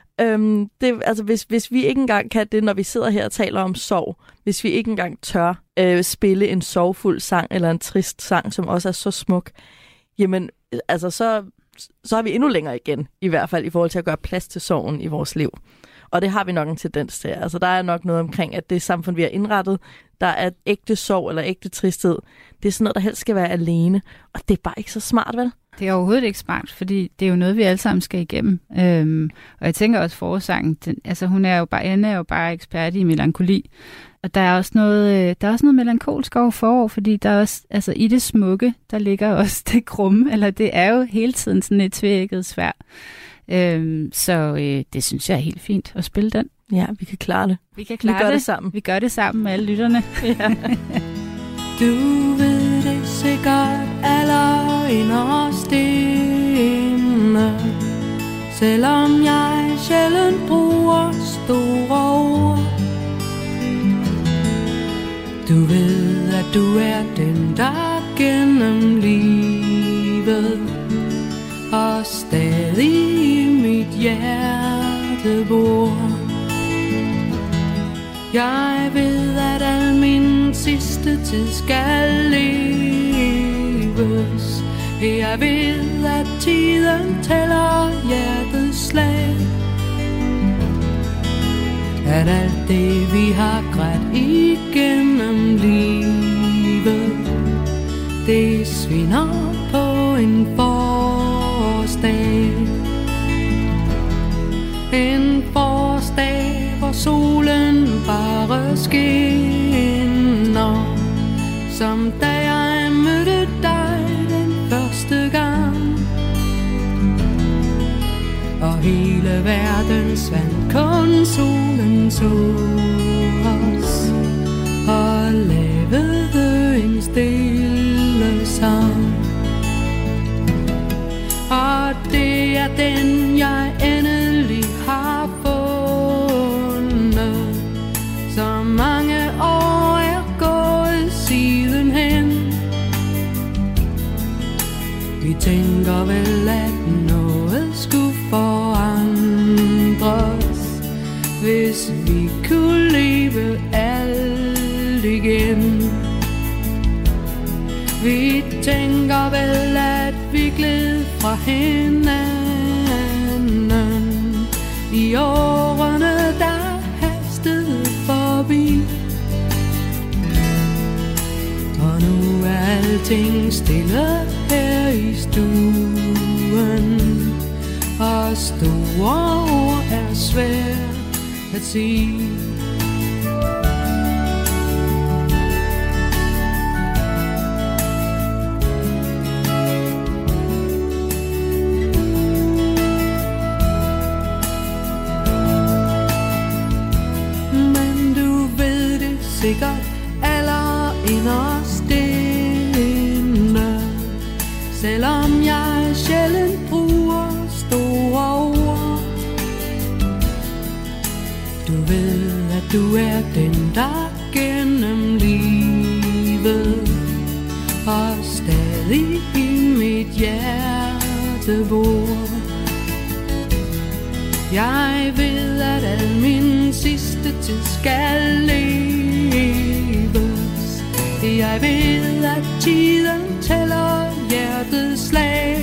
Hvis vi ikke engang kan det, når vi sidder her og taler om sorg, hvis vi ikke engang tør spille en sorgfuld sang eller en trist sang, som også er så smuk, jamen, altså så er vi endnu længere igen, i hvert fald i forhold til at gøre plads til sorgen i vores liv. Og det har vi nok en tendens til. Altså, der er nok noget omkring, at det samfund, vi har indrettet, der er ægte sorg eller ægte tristhed. Det er sådan noget, der helst skal være alene. Og det er bare ikke så smart, vel? Det er overhovedet ikke smart, fordi det er jo noget, vi alle sammen skal igennem. Og jeg tænker også forsangen, Anne er jo bare ekspert i melankoli. Og der er også noget melankolsk over forår, fordi der er også, altså i det smukke, der ligger også det grumme, eller det er jo hele tiden sådan et tvækket sværd. Så det synes jeg er helt fint at spille den. Ja, vi kan klare det. Vi gør det sammen. Vi gør det sammen med alle lytterne. Ja. Du ved det sikkert allerinderst inde, selvom jeg sjældent bruger store ord. Du ved, at du er den, der gennem livet og stadig i mit hjerte bor. Jeg ved, at al min sidste tid skal leves. Jeg ved, at tiden tæller hjertets slag. At alt det, vi har grædt igennem livet, det svinder på en forårsdag. En forårsdag, hvor solen bare klare skinner, som da jeg mødte dig den første gang. Og hele verden svandt, kun solen så os og lavede en stille sang. Og det er den, jeg endelig har fundet. Så mange år er gået sidenhen. Vi tænker vel, at noget skulle forandres, hvis vi kunne leve alt igen. Vi tænker vel, at vi gled fra hinanden i årene, der hastede forbi. Og nu er alting stille her i stuen, og store ord er svært at sige. Sikkert allerinderst inde, selvom jeg sjældent bruger store ord. Du ved, at du er den, der gennem livet og stadig i mit hjerte bor. Jeg ved, at al min sidste tid skal leves. Jeg ved, at tiden tæller hjertets slag.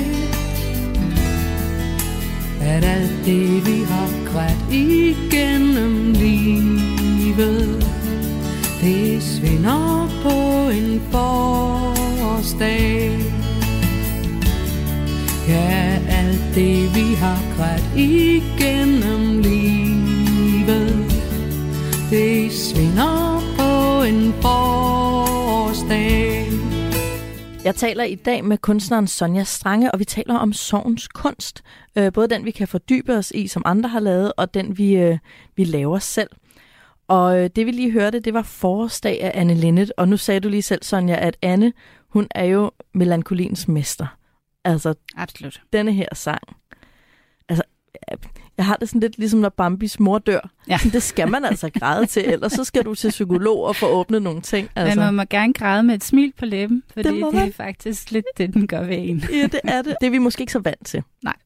At alt det, vi har grædt igennem livet, det svinder på en forårsdag. Ja, alt det, vi har grædt igennem livet, det svinder på en forårsdag. Jeg taler i dag med kunstneren Sonja Strange, og vi taler om sorgens kunst. Både den, vi kan fordybe os i, som andre har lavet, og den, vi laver selv. Og det, vi lige hørte, det var Forårsdag af Anne Linnet. Og nu sagde du lige selv, Sonja, at Anne, hun er jo melankoliens mester. Altså, absolut. Denne her sang. Altså, jeg har det sådan lidt ligesom, når Bambis mor dør. Ja. Det skal man altså græde til, ellers så skal du til psykolog og få åbnet nogle ting. Altså. Men man må gerne græde med et smil på læben, fordi det er faktisk lidt det, den gør ved en. Ja, det er det. Det er vi måske ikke så vant til. Nej.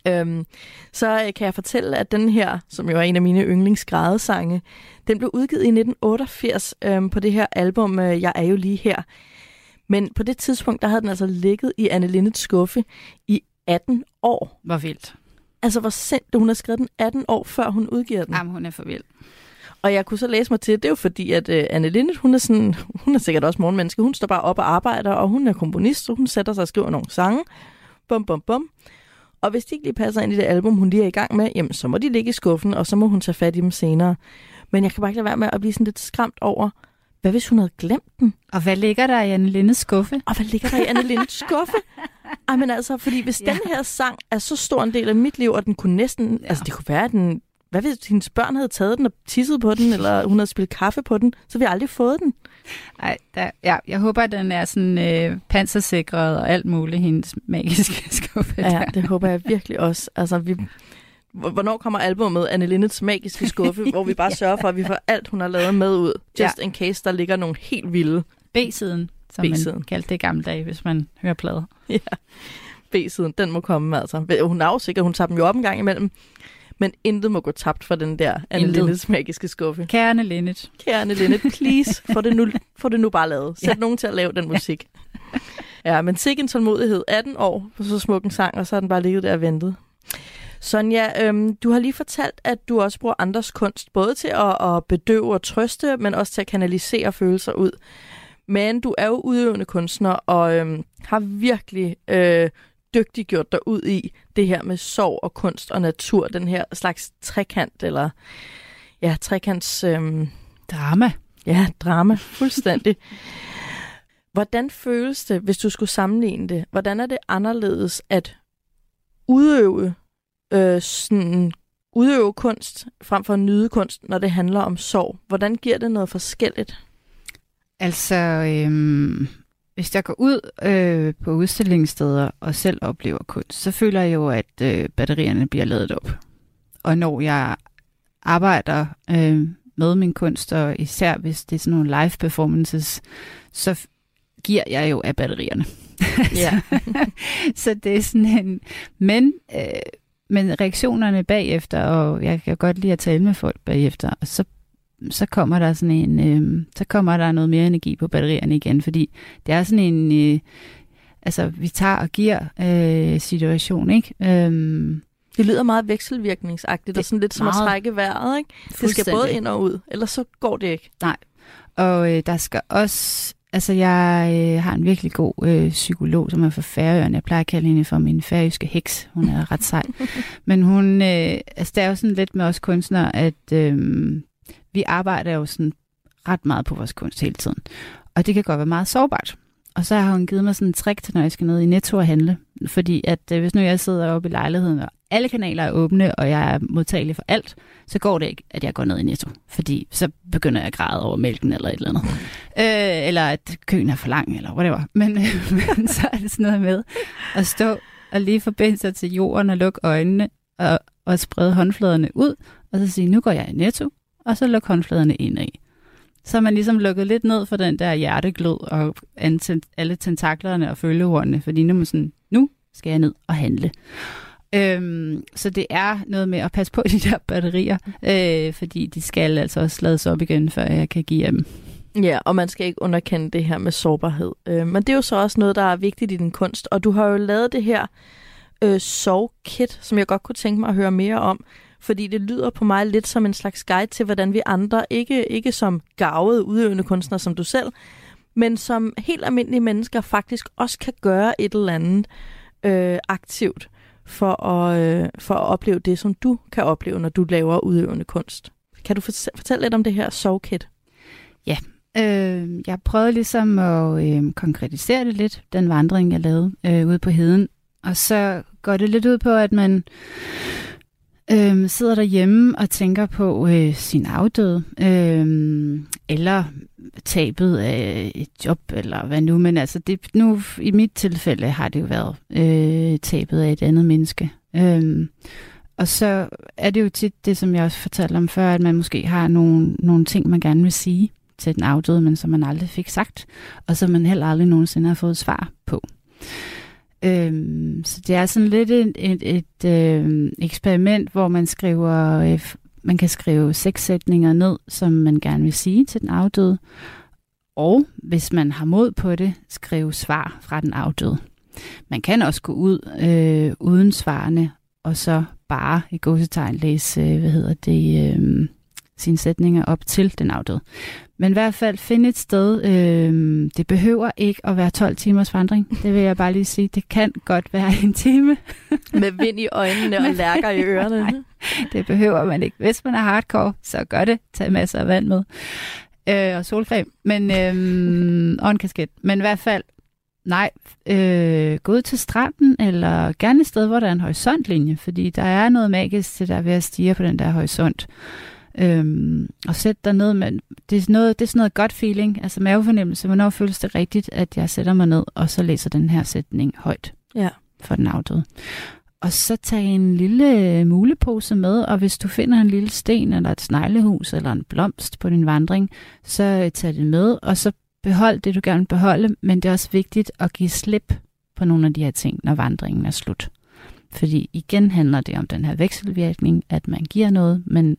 Så kan jeg fortælle, at den her, som jo er en af mine yndlingsgrædesange, den blev udgivet i 1988 på det her album, Jeg er jo lige her. Men på det tidspunkt, der havde den altså ligget i Anne Linnets skuffe i 18 år. Hvor vildt. Altså, hvor sindssygt. Hun har skrevet den 18 år, før hun udgiver den. Jamen, hun er for vild. Og jeg kunne så læse mig til, det er jo fordi, at Anne Linnet, hun er sikkert også morgenmenneske. Hun står bare op og arbejder, og hun er komponist, så hun sætter sig og skriver nogle sange. Bum, bum, bum. Og hvis de ikke lige passer ind i det album, hun lige er i gang med, jamen, så må de ligge i skuffen, og så må hun tage fat i dem senere. Men jeg kan bare ikke lade være med at blive sådan lidt skræmt over, hvad hvis hun havde glemt den? Og hvad ligger der i Anne Linnets skuffe? Og hvad ligger der i Anne Linnets skuffe? Ej, men altså, fordi hvis den her sang er så stor en del af mit liv, og den kunne næsten, altså det kunne være, at den, hvad hvis hendes børn havde taget den og tisset på den, eller hun havde spillet kaffe på den, så vi har aldrig fået den. Nej, jeg håber, at den er sådan pansersikret og alt muligt, hendes magiske skuffe. Ja, det håber jeg virkelig også. Altså, hvornår kommer albumet Anne Linnets magiske skuffe, hvor vi bare sørger for, at vi får alt, hun har lavet med ud, just in case der ligger nogle helt vilde. B-siden, som man kaldte det i gamle dage, hvis man hører plader. Ja, B-siden, den må komme altså. Hun er jo sikker, hun tager dem jo op en gang imellem, men intet må gå tabt for den der Anne Linnets magiske skuffe. Kære Anne Linnet. Kære Anne Linnet, please, få det nu bare lavet. Sæt nogen til at lave den musik. Ja, men sikke en tålmodighed. 18 år på så smuk en sang, og så har den bare ligget der og ventet. Sonja, du har lige fortalt, at du også bruger andres kunst, både til at bedøve og trøste, men også til at kanalisere følelser ud. Men du er jo udøvende kunstner, og har virkelig dygtiggjort dig ud i det her med sorg og kunst og natur, den her slags trekant, eller ja, trekants Drama. Ja, drama. Fuldstændig. Hvordan føles det, hvis du skulle sammenligne det? Hvordan er det anderledes at udøve kunst frem for at nyde kunst, når det handler om sorg? Hvordan giver det noget forskelligt? Altså, hvis jeg går ud på udstillingssteder og selv oplever kunst, så føler jeg jo, at batterierne bliver ladet op. Og når jeg arbejder med min kunst, og især hvis det er sådan nogle live performances, så giver jeg jo af batterierne. Ja. Så det er sådan en... Men reaktionerne bagefter, og jeg kan godt lide at tale med folk bagefter, og så kommer der sådan en... så kommer der noget mere energi på batterierne igen, fordi det er sådan en... altså, vi tager og giver situation, ikke? Det lyder meget vekselvirkningsagtigt, og sådan lidt som at trække vejret, ikke? Det skal både ind og ud, ellers så går det ikke. Nej, og der skal også... Altså, jeg har en virkelig god psykolog, som er fra Færøerne. Jeg plejer at kalde hende for min færøske heks. Hun er ret sej. Men hun... altså, det er jo sådan lidt med os kunstnere, at vi arbejder jo sådan ret meget på vores kunst hele tiden. Og det kan godt være meget sårbart. Og så har hun givet mig sådan en trick til, når jeg skal ned i Netto og handle. Fordi at hvis nu jeg sidder oppe i lejligheden, og alle kanaler er åbne, og jeg er modtagelig for alt, så går det ikke, at jeg går ned i Netto. Fordi så begynder jeg at græde over mælken eller et eller andet. Eller at køen er for lang, eller whatever. Men så er det sådan noget med at stå og lige forbinde sig til jorden og lukke øjnene og sprede håndfladerne ud, og så sige, nu går jeg i Netto, og så lukke håndfladerne ind i. Så har man ligesom lukket lidt ned for den der hjerteglød og alle tentaklerne og følehornene, fordi nu er man sådan, nu skal jeg ned og handle. Så det er noget med at passe på de der batterier, fordi de skal altså også lades op igen, før jeg kan give dem. Ja, og man skal ikke underkende det her med sårbarhed. Men det er jo så også noget, der er vigtigt i din kunst, og du har jo lavet det her sorgkit, som jeg godt kunne tænke mig at høre mere om, fordi det lyder på mig lidt som en slags guide til, hvordan vi andre, ikke som garvede udøvende kunstnere som du selv, men som helt almindelige mennesker faktisk også kan gøre et eller andet aktivt for at opleve det, som du kan opleve, når du laver udøvende kunst. Kan du fortælle lidt om det her sorgkit? Ja, jeg prøvede ligesom at konkretisere det lidt, den vandring, jeg lavede ude på heden. Og så går det lidt ud på, at man sidder derhjemme og tænker på sin afdøde, eller tabet af et job, eller hvad nu. Men altså, nu i mit tilfælde har det jo været tabet af et andet menneske. Og så er det jo tit det, som jeg også fortalte om før, at man måske har nogle ting, man gerne vil sige til den afdøde, men som man aldrig fik sagt, og som man heller aldrig nogensinde har fået svar på. Så det er sådan lidt et eksperiment, hvor man kan skrive 6 sætninger ned, som man gerne vil sige til den afdøde, og hvis man har mod på det, skrive svar fra den afdøde. Man kan også gå ud uden svarene, og så bare i gåsetegn læse, sine sætninger op til den afdøde. Men i hvert fald finde et sted. Det behøver ikke at være 12 timers vandring. Det vil jeg bare lige sige. Det kan godt være 1 time. Med vind i øjnene og lærker i ørerne. Nej, det behøver man ikke. Hvis man er hardcore, så gør det. Tag masser af vand med. Og solcreme. Og en kasket. Men i hvert fald, nej, gå ud til stranden, eller gerne et sted, hvor der er en horisontlinje. Fordi der er noget magisk til der ved at stige på den der horisont. Og sætte dig ned, men det er sådan noget godt feeling, altså mavefornemmelse. Hvornår føles det rigtigt, at jeg sætter mig ned, og så læser den her sætning højt for den afdøde. Og så tag en lille mulepose med, og hvis du finder en lille sten, eller et sneglehus, eller en blomst på din vandring, så tag det med, og så behold det, du gerne vil beholde, men det er også vigtigt at give slip på nogle af de her ting, når vandringen er slut. Fordi igen handler det om den her vekselvirkning, at man giver noget, men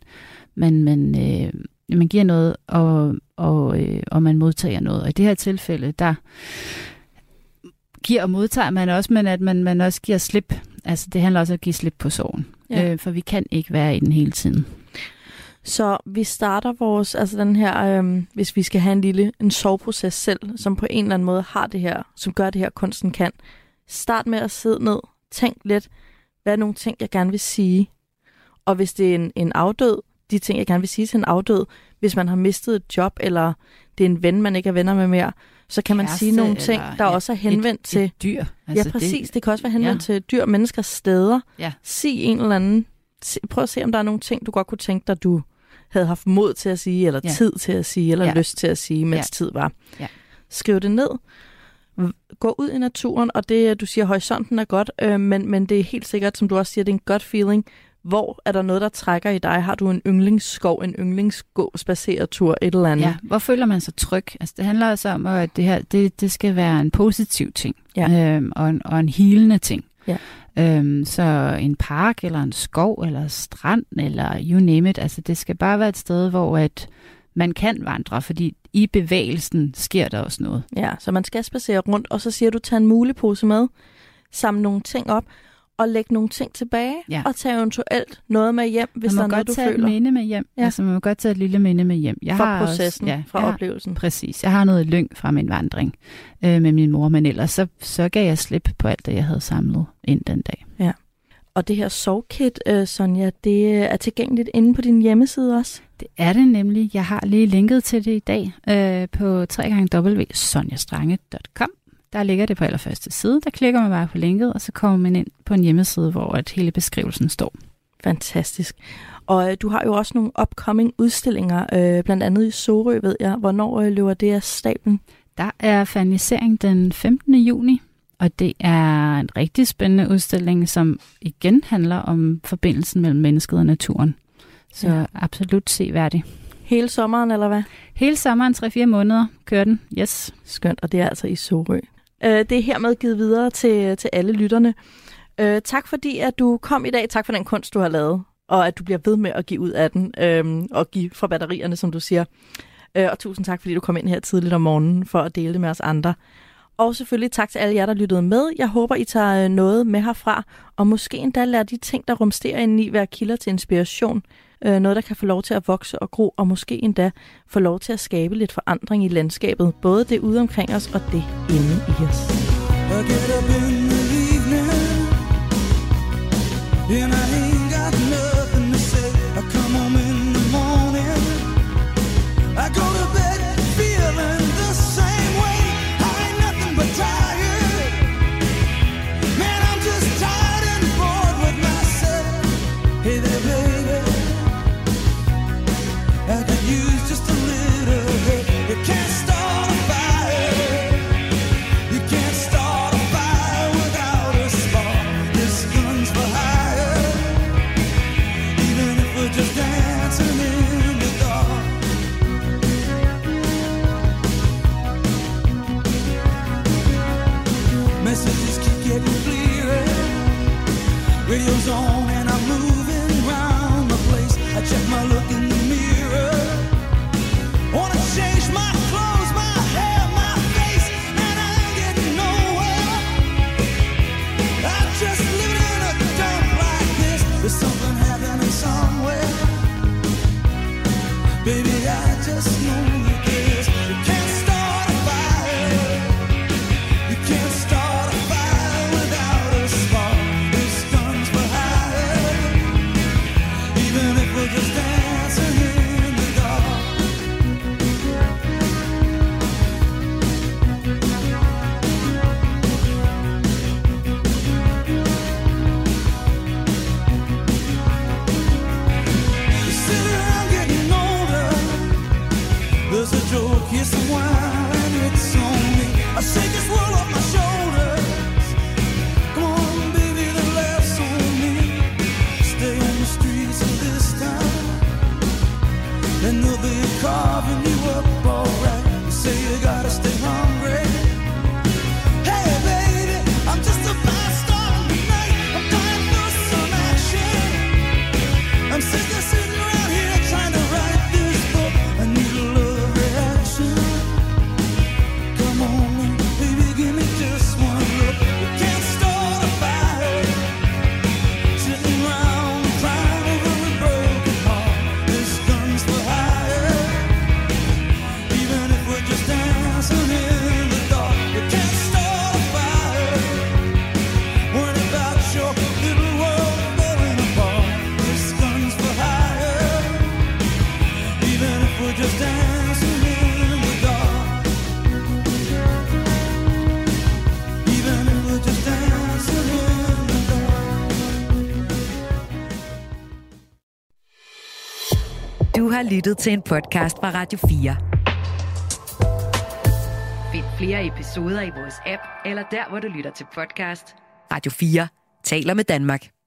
man giver noget, og man modtager noget. Og i det her tilfælde, der giver og modtager man også, men at man også giver slip. Altså det handler også om at give slip på sorgen. Ja. For vi kan ikke være i den hele tiden. Så vi starter den her, hvis vi skal have en sorgproces selv, som på en eller anden måde har det her, som gør det her, kunsten kan. Start med at sidde ned, tænk lidt, hvad er nogle ting, jeg gerne vil sige. Og hvis det er en afdød, de ting, jeg gerne vil sige til en afdød. Hvis man har mistet et job, eller det er en ven, man ikke er venner med mere, så kan man sige nogle ting, der også er henvendt til... Et dyr. Altså ja, præcis. Det kan også være henvendt til dyr, mennesker, steder. Ja. Sig en eller anden... Prøv at se, om der er nogle ting, du godt kunne tænke dig, du havde haft mod til at sige, eller tid til at sige, eller lyst til at sige, mens tid var. Ja. Skriv det ned. Gå ud i naturen, og det, du siger, horisonten er godt, men det er helt sikkert, som du også siger, det er en godt feeling. Hvor er der noget, der trækker i dig? Har du en yndlingsskov, en yndlingsspacere-tur, et eller andet? Ja, hvor føler man sig tryg? Altså, det handler altså om, at det her, det skal være en positiv ting, og en healende ting. Ja. Så en park, eller en skov, eller strand, eller you name it. Altså, det skal bare være et sted, hvor at man kan vandre, fordi i bevægelsen sker der også noget. Ja, så man skal spacere rundt, og så siger du, tag en mulepose med, samle nogle ting op, og lægge nogle ting tilbage, og tage eventuelt noget med hjem, hvis der er noget, du føler. Man må godt tage et minde med hjem. Ja. Altså, man må godt tage et lille minde med hjem. Fra processen, fra oplevelsen. Præcis. Jeg har noget lyng fra min vandring med min mor, men ellers så gav jeg slip på alt det, jeg havde samlet ind den dag. Ja. Og det her sovekit, Sonja, det er tilgængeligt inde på din hjemmeside også? Det er det nemlig. Jeg har lige linket til det i dag på www.sonjastrange.com. Der ligger det på allerførste side. Der klikker man bare på linket, og så kommer man ind på en hjemmeside, hvor at hele beskrivelsen står. Fantastisk. Og du har jo også nogle upcoming udstillinger, blandt andet i Sorø, ved jeg. Hvornår løber det af stablen? Der er fernisering den 15. juni, og det er en rigtig spændende udstilling, som igen handler om forbindelsen mellem mennesket og naturen. Så absolut seværdig. Hele sommeren, eller hvad? Hele sommeren, 3-4 måneder kører den, yes. Skønt, og det er altså i Sorø. Det er hermed givet videre til alle lytterne. Tak fordi, at du kom i dag. Tak for den kunst, du har lavet, og at du bliver ved med at give ud af den, og give fra batterierne, som du siger. Og tusind tak, fordi du kom ind her tidligt om morgenen for at dele det med os andre. Og selvfølgelig tak til alle jer, der lyttede med. Jeg håber, I tager noget med herfra, og måske endda lader de ting, der rumsterer indeni, være kilder til inspiration. Noget, der kan få lov til at vokse og gro, og måske endda få lov til at skabe lidt forandring i landskabet. Både det ude omkring os, og det inde i os. Radio's on and I'm moving around the place. I check my look in the mirror. Wanna change my clothes, my hair, my face, and I ain't getting nowhere. I'm just living in a dump like this. There's something happening somewhere. Baby, I just know it is. You can't start a fire. You can't start a fire without a spark. This gun's for hire. Even if we're just dancing Du har lyttet til en podcast fra Radio 4. Find flere episoder i vores app, eller der, hvor du lytter til podcast. Radio 4 taler med Danmark.